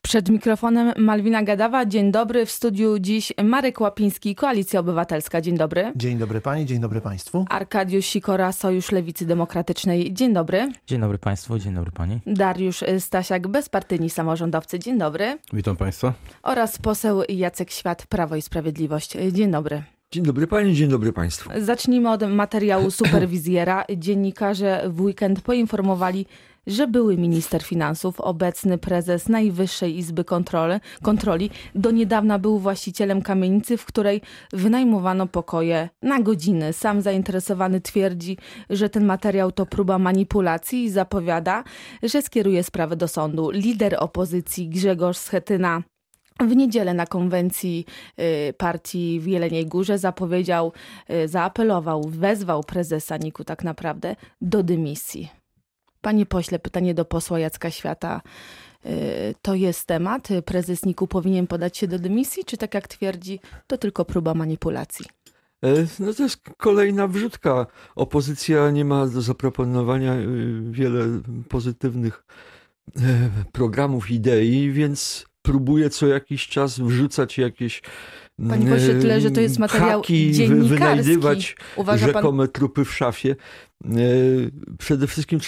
Przed mikrofonem Malwina Gadawa. Dzień dobry. W studiu dziś Marek Łapiński, Koalicja Obywatelska. Dzień dobry. Dzień dobry pani, dzień dobry państwu. Arkadiusz Sikora, Sojusz Lewicy Demokratycznej. Dzień dobry. Dzień dobry państwu, dzień dobry pani. Dariusz Stasiak, Bezpartyjni Samorządowcy. Dzień dobry. Witam państwa. Oraz poseł Jacek Świat, Prawo i Sprawiedliwość. Dzień dobry. Dzień dobry pani, dzień dobry państwu. Zacznijmy od materiału superwizjera. Dziennikarze w weekend poinformowali, że były minister finansów, obecny prezes Najwyższej Izby Kontroli, do niedawna był właścicielem kamienicy, w której wynajmowano pokoje na godziny. Sam zainteresowany twierdzi, że ten materiał to próba manipulacji i zapowiada, że skieruje sprawę do sądu. Lider opozycji Grzegorz Schetyna w niedzielę na konwencji partii w Jeleniej Górze zaapelował, wezwał prezesa NIK-u tak naprawdę do dymisji. Panie pośle, pytanie do posła Jacka Świata. To jest temat? Prezes NIK-u powinien podać się do dymisji, czy tak jak twierdzi, to tylko próba manipulacji? No to jest kolejna wrzutka. Opozycja nie ma do zaproponowania wiele pozytywnych programów, idei, więc próbuje co jakiś czas wrzucać jakieś Panie pośle, tyle, że to jest materiał dziennikarski. Wynajdywać Uważa rzekome trupy w szafie. Przede wszystkim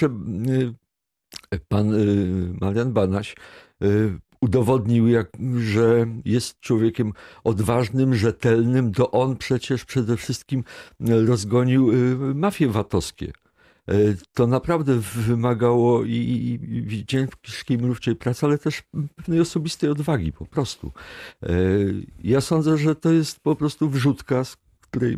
pan Marian Banaś udowodnił, że jest człowiekiem odważnym, rzetelnym. To on przecież przede wszystkim rozgonił mafie VAT-owskie. To naprawdę wymagało i ciężkiej, mrówczej pracy, ale też pewnej osobistej odwagi po prostu. Ja sądzę, że to jest po prostu wrzutka, z której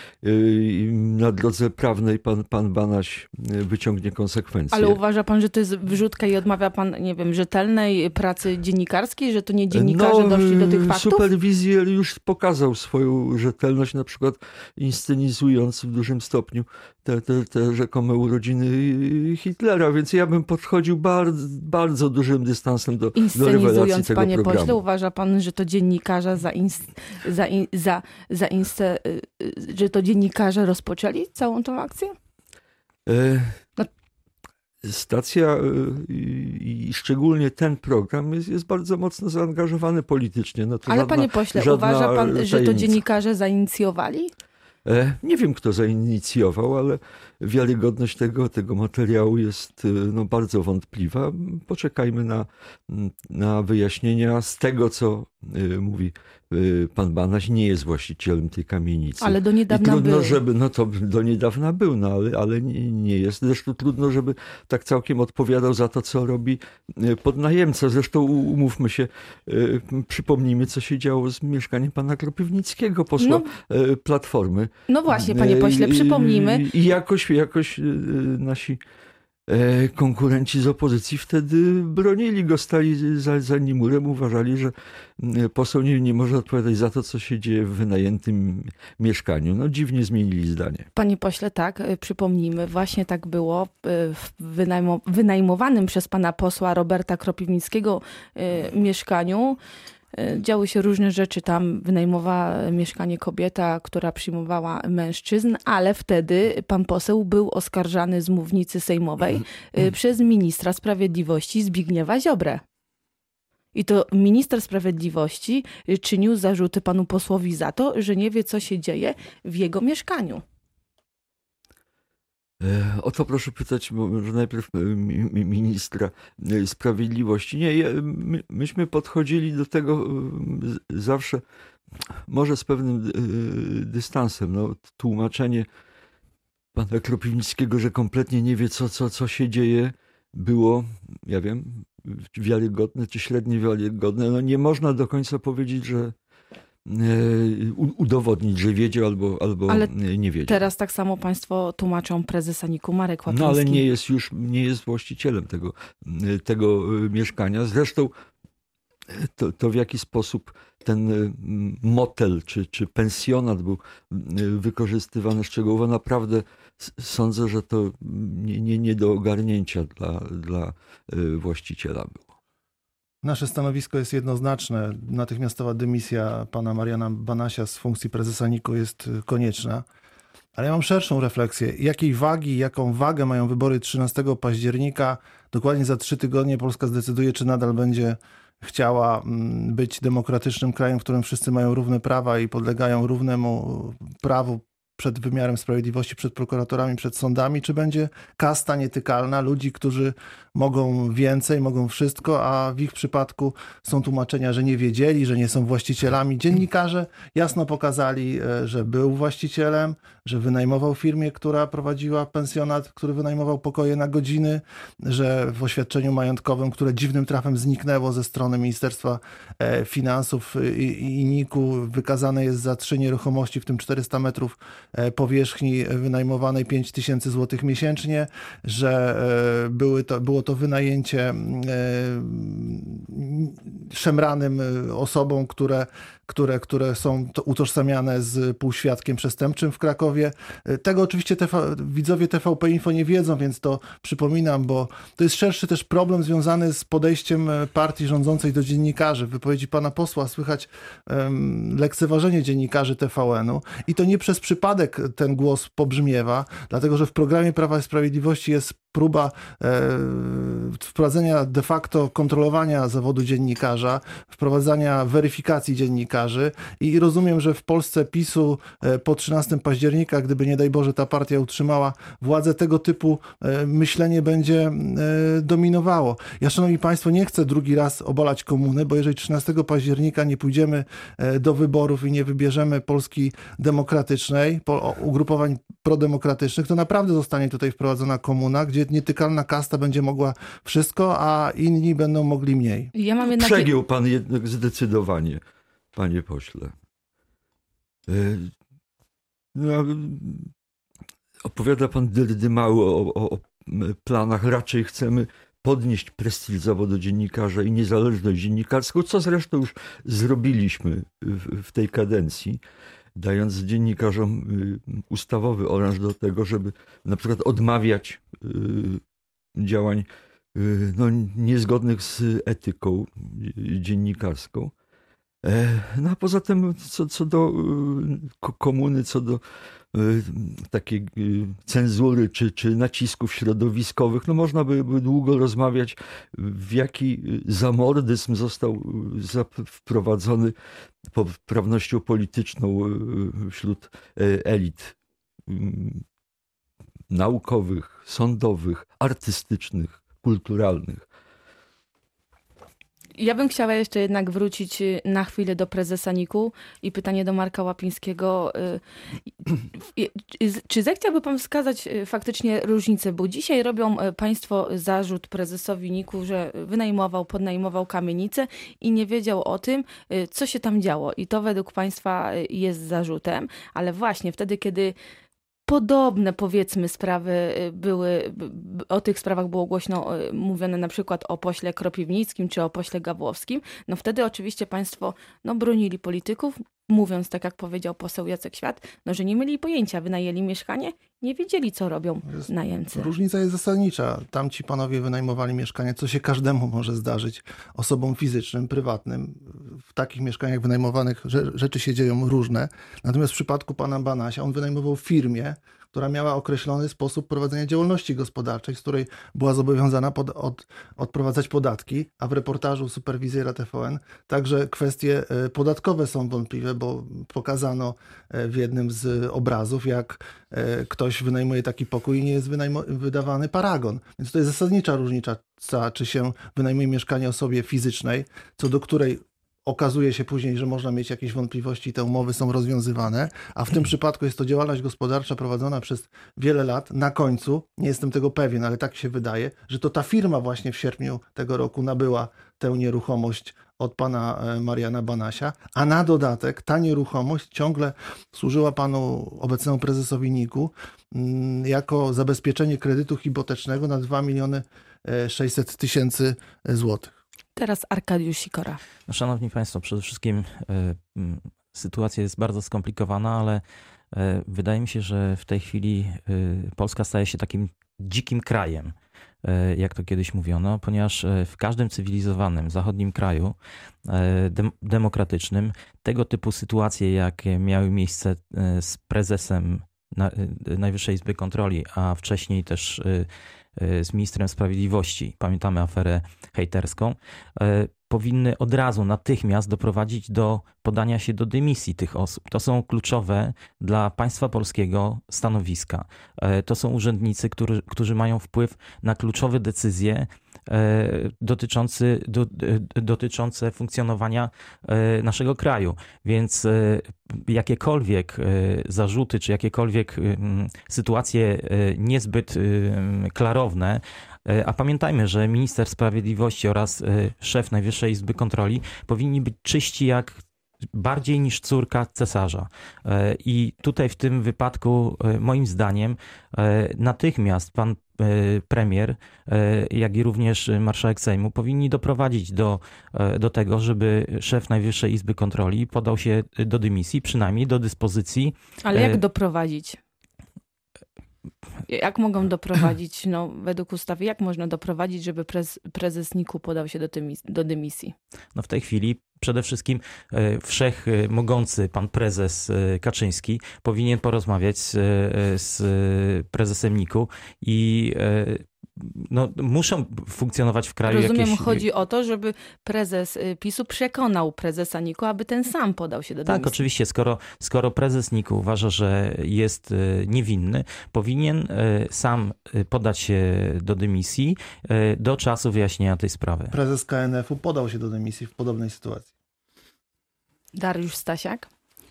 na drodze prawnej pan Banaś wyciągnie konsekwencje. Ale uważa pan, że to jest wrzutka i odmawia pan, nie wiem, rzetelnej pracy dziennikarskiej, że to nie dziennikarze doszli do tych faktów? Superwizjer już pokazał swoją rzetelność, na przykład inscenizując w dużym stopniu te rzekome urodziny Hitlera, więc ja bym podchodził bardzo dużym dystansem do rewelacji tego panie programu. Pośle, uważa pan, że to dziennikarze że to dziennikarze rozpoczęli całą tą akcję? Stacja i szczególnie ten program jest bardzo mocno zaangażowany politycznie. No to ale panie pośle, uważa pan, że to dziennikarze zainicjowali? Nie wiem, kto zainicjował, ale wiarygodność tego materiału jest bardzo wątpliwa. Poczekajmy na wyjaśnienia. Z tego, co mówi pan Banaś, nie jest właścicielem tej kamienicy. Ale do niedawna trudno, był. to do niedawna był, ale nie jest. Zresztą trudno, żeby tak całkiem odpowiadał za to, co robi podnajemca. Zresztą umówmy się, przypomnijmy, co się działo z mieszkaniem pana Kropiwnickiego, posła Platformy. No właśnie, panie pośle, przypomnijmy. I jakoś nasi konkurenci z opozycji wtedy bronili go, stali za nim murem, uważali, że poseł nie może odpowiadać za to, co się dzieje w wynajętym mieszkaniu. No dziwnie zmienili zdanie. Panie pośle, tak, przypomnijmy, właśnie tak było w wynajmowanym przez pana posła Roberta Kropiwnickiego mieszkaniu. Działy się różne rzeczy. Tam wynajmowała mieszkanie kobieta, która przyjmowała mężczyzn, ale wtedy pan poseł był oskarżany z mównicy sejmowej przez ministra sprawiedliwości Zbigniewa Ziobrę. I to minister sprawiedliwości czynił zarzuty panu posłowi za to, że nie wie, co się dzieje w jego mieszkaniu. O to proszę pytać może najpierw ministra sprawiedliwości. Nie, myśmy podchodzili do tego zawsze, może z pewnym dystansem. Tłumaczenie pana Kropiwnickiego, że kompletnie nie wie, co się dzieje, było, ja wiem, wiarygodne czy średnio wiarygodne. Nie można do końca powiedzieć, że udowodnić, że wiedział albo ale nie wiedział. Teraz tak samo państwo tłumaczą prezesa NIK-u Marek Łapiński. Ale nie jest właścicielem tego mieszkania. Zresztą to w jaki sposób ten motel czy pensjonat był wykorzystywany szczegółowo, naprawdę sądzę, że to nie do ogarnięcia dla właściciela było. Nasze stanowisko jest jednoznaczne. Natychmiastowa dymisja pana Mariana Banasia z funkcji prezesa NIK-u jest konieczna. Ale ja mam szerszą refleksję. Jaką wagę mają wybory 13 października? Dokładnie za 3 tygodnie Polska zdecyduje, czy nadal będzie chciała być demokratycznym krajem, w którym wszyscy mają równe prawa i podlegają równemu prawu przed wymiarem sprawiedliwości, przed prokuratorami, przed sądami, czy będzie kasta nietykalna ludzi, którzy mogą więcej, mogą wszystko, a w ich przypadku są tłumaczenia, że nie wiedzieli, że nie są właścicielami. Dziennikarze jasno pokazali, że był właścicielem, że wynajmował firmie, która prowadziła pensjonat, który wynajmował pokoje na godziny, że w oświadczeniu majątkowym, które dziwnym trafem zniknęło ze strony Ministerstwa Finansów i NIK-u, wykazane jest za 3 nieruchomości, w tym 400 metrów powierzchni wynajmowanej 5 000 złotych miesięcznie, że było to wynajęcie szemranym osobom, które są utożsamiane z półświadkiem przestępczym w Krakowie. Tego oczywiście widzowie TVP Info nie wiedzą, więc to przypominam, bo to jest szerszy też problem związany z podejściem partii rządzącej do dziennikarzy. W wypowiedzi pana posła słychać lekceważenie dziennikarzy TVN-u i to nie przez przypadek ten głos pobrzmiewa, dlatego że w programie Prawa i Sprawiedliwości jest próba wprowadzenia de facto kontrolowania zawodu dziennikarza, wprowadzania weryfikacji dziennikarzy i rozumiem, że w Polsce PiS-u po 13 października, gdyby nie daj Boże ta partia utrzymała władzę, tego typu myślenie będzie dominowało. Ja, szanowni państwo, nie chcę drugi raz obalać komuny, bo jeżeli 13 października nie pójdziemy do wyborów i nie wybierzemy Polski demokratycznej, ugrupowań prodemokratycznych, to naprawdę zostanie tutaj wprowadzona komuna, gdzie nietykalna kasta będzie mogła wszystko, a inni będą mogli mniej. Ja mam jednak... Przegiął pan jednak zdecydowanie, panie pośle. No, opowiada pan dymało o planach. Raczej chcemy podnieść prestiż zawodu dziennikarza i niezależność dziennikarską, co zresztą już zrobiliśmy w tej kadencji, dając dziennikarzom ustawowy oręż do tego, żeby na przykład odmawiać działań niezgodnych z etyką dziennikarską. No a poza tym co do komuny, co do takiej cenzury czy nacisków środowiskowych, no można by długo rozmawiać, w jaki zamordyzm został wprowadzony poprawnością polityczną wśród elit naukowych, sądowych, artystycznych, kulturalnych. Ja bym chciała jeszcze jednak wrócić na chwilę do prezesa NIK-u i pytanie do Marka Łapińskiego. Czy zechciałby pan wskazać faktycznie różnicę? Bo dzisiaj robią państwo zarzut prezesowi NIK-u, że podnajmował kamienicę i nie wiedział o tym, co się tam działo. I to według państwa jest zarzutem. Ale właśnie wtedy, kiedy podobne, powiedzmy, sprawy były, o tych sprawach było głośno mówione na przykład o pośle Kropiwnickim czy o pośle Gawłowskim, no wtedy oczywiście państwo bronili polityków, mówiąc tak jak powiedział poseł Jacek Świat, że nie mieli pojęcia, wynajęli mieszkanie, nie wiedzieli co robią najemcy. Różnica jest zasadnicza. Tamci panowie wynajmowali mieszkanie, co się każdemu może zdarzyć, osobom fizycznym, prywatnym. W takich mieszkaniach wynajmowanych rzeczy się dzieją różne. Natomiast w przypadku pana Banasia on wynajmował firmie, która miała określony sposób prowadzenia działalności gospodarczej, z której była zobowiązana odprowadzać podatki, a w reportażu superwizjera TVN także kwestie podatkowe są wątpliwe, bo pokazano w jednym z obrazów, jak ktoś wynajmuje taki pokój i nie jest wydawany paragon. Więc to jest zasadnicza różnica, czy się wynajmuje mieszkanie osobie fizycznej, co do której okazuje się później, że można mieć jakieś wątpliwości i te umowy są rozwiązywane, a w tym przypadku jest to działalność gospodarcza prowadzona przez wiele lat. Na końcu, nie jestem tego pewien, ale tak się wydaje, że to ta firma właśnie w sierpniu tego roku nabyła tę nieruchomość od pana Mariana Banasia, a na dodatek ta nieruchomość ciągle służyła panu obecnemu prezesowi NIK-u jako zabezpieczenie kredytu hipotecznego na 2 600 000 złotych. Teraz Arkadiusz Sikora. No, szanowni państwo, przede wszystkim sytuacja jest bardzo skomplikowana, ale wydaje mi się, że w tej chwili Polska staje się takim dzikim krajem, jak to kiedyś mówiono, ponieważ w każdym cywilizowanym zachodnim kraju demokratycznym tego typu sytuacje, jakie miały miejsce z prezesem Najwyższej Izby Kontroli, a wcześniej też z ministrem sprawiedliwości, pamiętamy aferę hejterską, powinny od razu, natychmiast doprowadzić do podania się do dymisji tych osób. To są kluczowe dla państwa polskiego stanowiska. To są urzędnicy, którzy mają wpływ na kluczowe decyzje dotyczące funkcjonowania naszego kraju. Więc jakiekolwiek zarzuty, czy jakiekolwiek sytuacje niezbyt klarowne, a pamiętajmy, że minister sprawiedliwości oraz szef Najwyższej Izby Kontroli powinni być czyści jak bardziej niż córka cesarza. I tutaj w tym wypadku, moim zdaniem, natychmiast pan premier, jak i również marszałek Sejmu powinni doprowadzić do tego, żeby szef Najwyższej Izby Kontroli podał się do dymisji, przynajmniej do dyspozycji. Ale jak doprowadzić? Jak mogą doprowadzić, według ustawy, jak można doprowadzić, żeby prezes NIK-u podał się do dymisji? No w tej chwili przede wszystkim wszechmogący pan prezes Kaczyński powinien porozmawiać z prezesem NIK-u i muszą funkcjonować w kraju Rozumiem, chodzi o to, żeby prezes PiS-u przekonał prezesa NIK-u, aby ten sam podał się do dymisji. Tak, oczywiście. Skoro prezes NIK-u uważa, że jest niewinny, powinien sam podać się do dymisji do czasu wyjaśnienia tej sprawy. Prezes KNF-u podał się do dymisji w podobnej sytuacji. Dariusz Stasiak?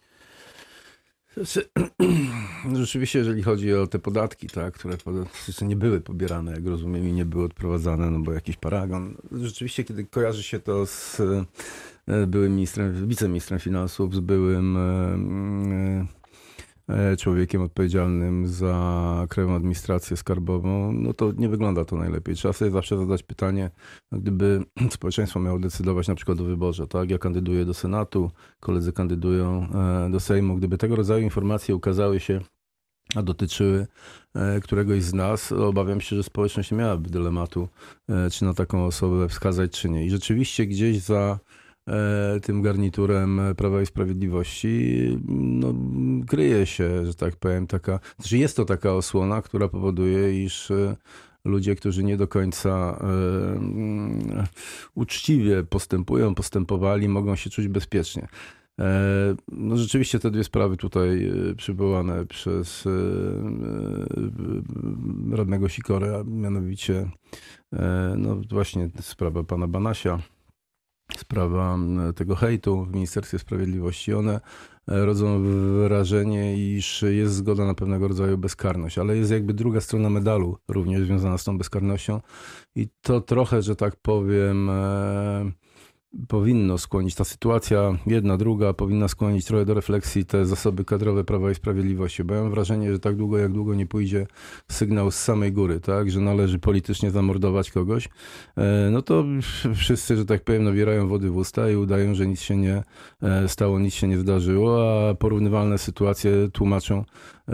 Rzeczywiście, jeżeli chodzi o te podatki, tak, które nie były pobierane, jak rozumiem, i nie były odprowadzane, bo jakiś paragon. Rzeczywiście, kiedy kojarzy się to z byłym wiceministrem finansów, z byłym człowiekiem odpowiedzialnym za Krajową Administrację Skarbową, to nie wygląda to najlepiej. Trzeba sobie zawsze zadać pytanie, gdyby społeczeństwo miało decydować na przykład o wyborze, tak? Ja kandyduję do Senatu, koledzy kandydują do Sejmu. Gdyby tego rodzaju informacje ukazały się, a dotyczyły któregoś z nas, obawiam się, że społeczność nie miałaby dylematu, czy na taką osobę wskazać, czy nie. I rzeczywiście gdzieś za tym garniturem Prawa i Sprawiedliwości kryje się, że tak powiem, że jest to taka osłona, która powoduje, iż ludzie, którzy nie do końca uczciwie postępowali, mogą się czuć bezpiecznie. Rzeczywiście te dwie sprawy tutaj przywołane przez radnego Sikorę, a mianowicie właśnie sprawa pana Banasia, sprawa tego hejtu w Ministerstwie Sprawiedliwości, one rodzą wrażenie, iż jest zgoda na pewnego rodzaju bezkarność, ale jest jakby druga strona medalu również związana z tą bezkarnością i to trochę, że tak powiem, powinno skłonić, ta sytuacja jedna, druga, powinna skłonić trochę do refleksji te zasoby kadrowe Prawa i Sprawiedliwości, bo ja mam wrażenie, że tak długo, jak długo nie pójdzie sygnał z samej góry, tak, że należy politycznie zamordować kogoś, to wszyscy, że tak powiem, nabierają wody w usta i udają, że nic się nie stało, nic się nie zdarzyło, a porównywalne sytuacje tłumaczą,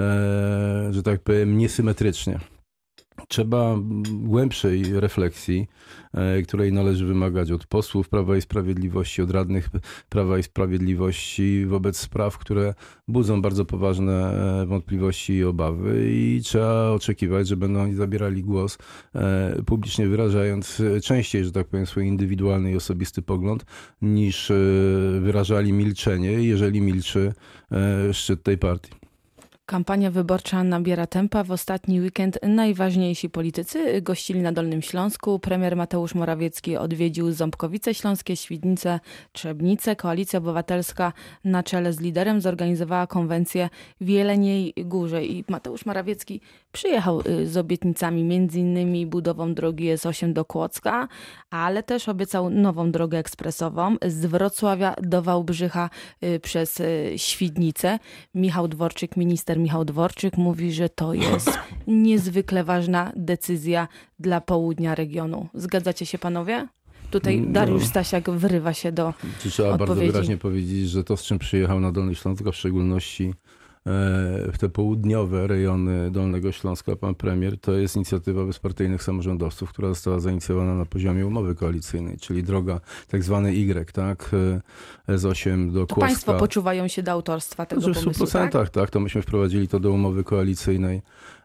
że tak powiem, niesymetrycznie. Trzeba głębszej refleksji, której należy wymagać od posłów Prawa i Sprawiedliwości, od radnych Prawa i Sprawiedliwości wobec spraw, które budzą bardzo poważne wątpliwości i obawy i trzeba oczekiwać, że będą oni zabierali głos publicznie, wyrażając częściej, że tak powiem, swój indywidualny i osobisty pogląd, niż wyrażali milczenie, jeżeli milczy szczyt tej partii. Kampania wyborcza nabiera tempa. W ostatni weekend najważniejsi politycy gościli na Dolnym Śląsku. Premier Mateusz Morawiecki odwiedził Ząbkowice Śląskie, Świdnice, Trzebnice. Koalicja Obywatelska na czele z liderem zorganizowała konwencję w Jeleniej Górze. I Mateusz Morawiecki przyjechał z obietnicami, m.in. budową drogi S8 do Kłodzka, ale też obiecał nową drogę ekspresową z Wrocławia do Wałbrzycha przez Świdnicę. Minister Michał Dworczyk mówi, że to jest niezwykle ważna decyzja dla południa regionu. Zgadzacie się, panowie? Tutaj Dariusz Stasiak wyrywa się do Trzeba odpowiedzi. bardzo wyraźnie powiedzieć, że to, z czym przyjechał na Dolny Śląsk, a w szczególności w te południowe rejony Dolnego Śląska pan premier, to jest inicjatywa bezpartyjnych samorządowców, która została zainicjowana na poziomie umowy koalicyjnej, czyli droga tak zwany Y, tak? S8 do Kłodzka. Państwo poczuwają się do autorstwa tego pomysłu, W 100%, tak? To myśmy wprowadzili to do umowy koalicyjnej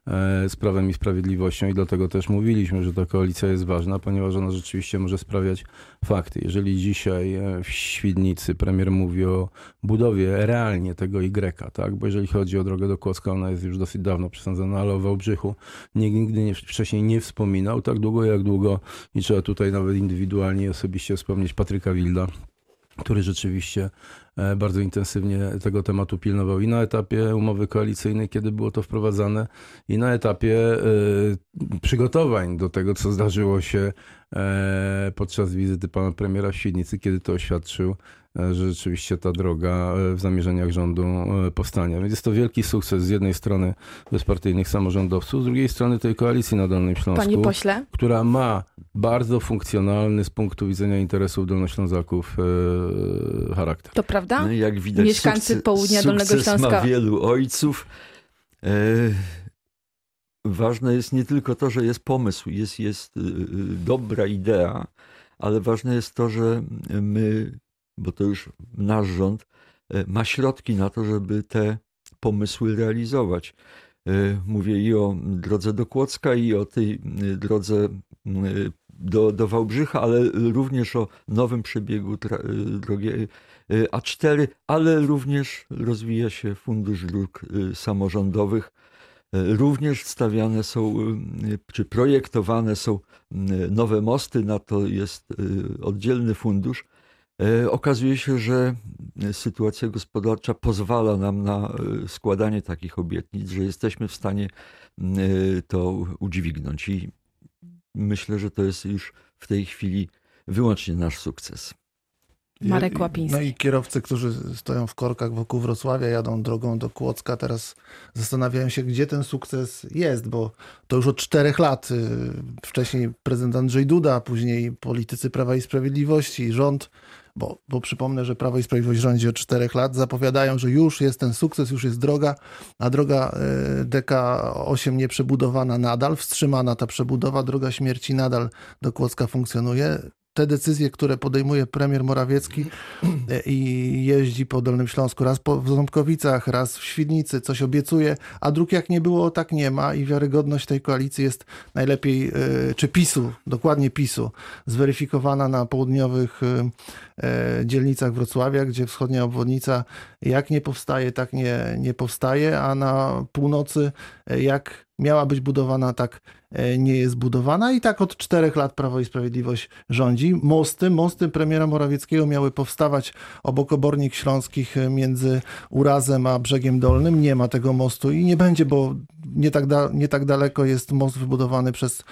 z Prawem i Sprawiedliwością i dlatego też mówiliśmy, że ta koalicja jest ważna, ponieważ ona rzeczywiście może sprawiać fakty. Jeżeli dzisiaj w Świdnicy premier mówi o budowie realnie tego Y, tak? Bo jeżeli chodzi o drogę do Kłodzka, ona jest już dosyć dawno przesądzona, ale o Wałbrzychu nikt nigdy wcześniej nie wspominał tak długo, jak długo i trzeba tutaj nawet indywidualnie osobiście wspomnieć Patryka Wilda, który rzeczywiście bardzo intensywnie tego tematu pilnował i na etapie umowy koalicyjnej, kiedy było to wprowadzane, i na etapie przygotowań do tego, co zdarzyło się podczas wizyty pana premiera w Świdnicy, kiedy to oświadczył, że rzeczywiście ta droga w zamierzeniach rządu powstanie. Więc jest to wielki sukces z jednej strony bezpartyjnych samorządowców, z drugiej strony tej koalicji na Dolnym Śląsku, Panie pośle, która ma bardzo funkcjonalny z punktu widzenia interesów Dolnoślązaków charakter. to prawda? No i jak widać, Mieszkańcy południa Dolnego sukces Śląska. ma wielu ojców. Ważne jest nie tylko to, że jest pomysł, jest dobra idea, ale ważne jest to, że my, bo to już nasz rząd, ma środki na to, żeby te pomysły realizować. Mówię i o drodze do Kłodzka, i o tej drodze do Wałbrzycha, ale również o nowym przebiegu drogi A4, ale również rozwija się Fundusz Dróg Samorządowych. Również stawiane są, czy projektowane są nowe mosty, na to jest oddzielny fundusz. Okazuje się, że sytuacja gospodarcza pozwala nam na składanie takich obietnic, że jesteśmy w stanie to udźwignąć i myślę, że to jest już w tej chwili wyłącznie nasz sukces. Marek Łapiński. No i kierowcy, którzy stoją w korkach wokół Wrocławia, jadą drogą do Kłodzka, teraz zastanawiają się, gdzie ten sukces jest, bo to już od 4 lat. Wcześniej prezydent Andrzej Duda, później politycy Prawa i Sprawiedliwości, rząd, bo przypomnę, że Prawo i Sprawiedliwość rządzi od 4 lat, zapowiadają, że już jest ten sukces, już jest droga, a droga DK8 nieprzebudowana nadal, wstrzymana ta przebudowa, droga śmierci nadal do Kłodzka funkcjonuje. Te decyzje, które podejmuje premier Morawiecki i jeździ po Dolnym Śląsku, raz w Ząbkowicach, raz w Świdnicy, coś obiecuje, a dróg jak nie było, tak nie ma i wiarygodność tej koalicji jest najlepiej, czy PiS-u, dokładnie PiS-u, zweryfikowana na południowych dzielnicach Wrocławia, gdzie wschodnia obwodnica jak nie powstaje, tak nie powstaje, a na północy jak miała być budowana, tak nie jest budowana i tak od 4 lat Prawo i Sprawiedliwość rządzi. Mosty premiera Morawieckiego miały powstawać obok Obornik Śląskich między Urazem a Brzegiem Dolnym. Nie ma tego mostu i nie będzie, bo nie tak daleko jest most wybudowany przez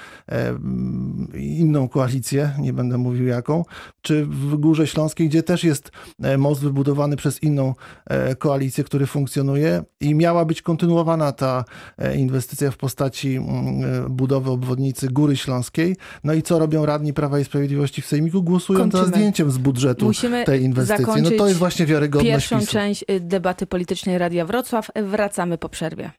inną koalicję, nie będę mówił jaką, czy w Górze Śląskiej, gdzie też jest most wybudowany przez inną koalicję, który funkcjonuje i miała być kontynuowana ta inwestycja w postaci budowy obwodnicy Góry Śląskiej. No i co robią radni Prawa i Sprawiedliwości w Sejmiku? Głosują za zdjęciem z budżetu Musimy tej inwestycji. No to jest właśnie wiarygodność pierwszą PiS-u. część debaty politycznej Radia Wrocław. Wracamy po przerwie.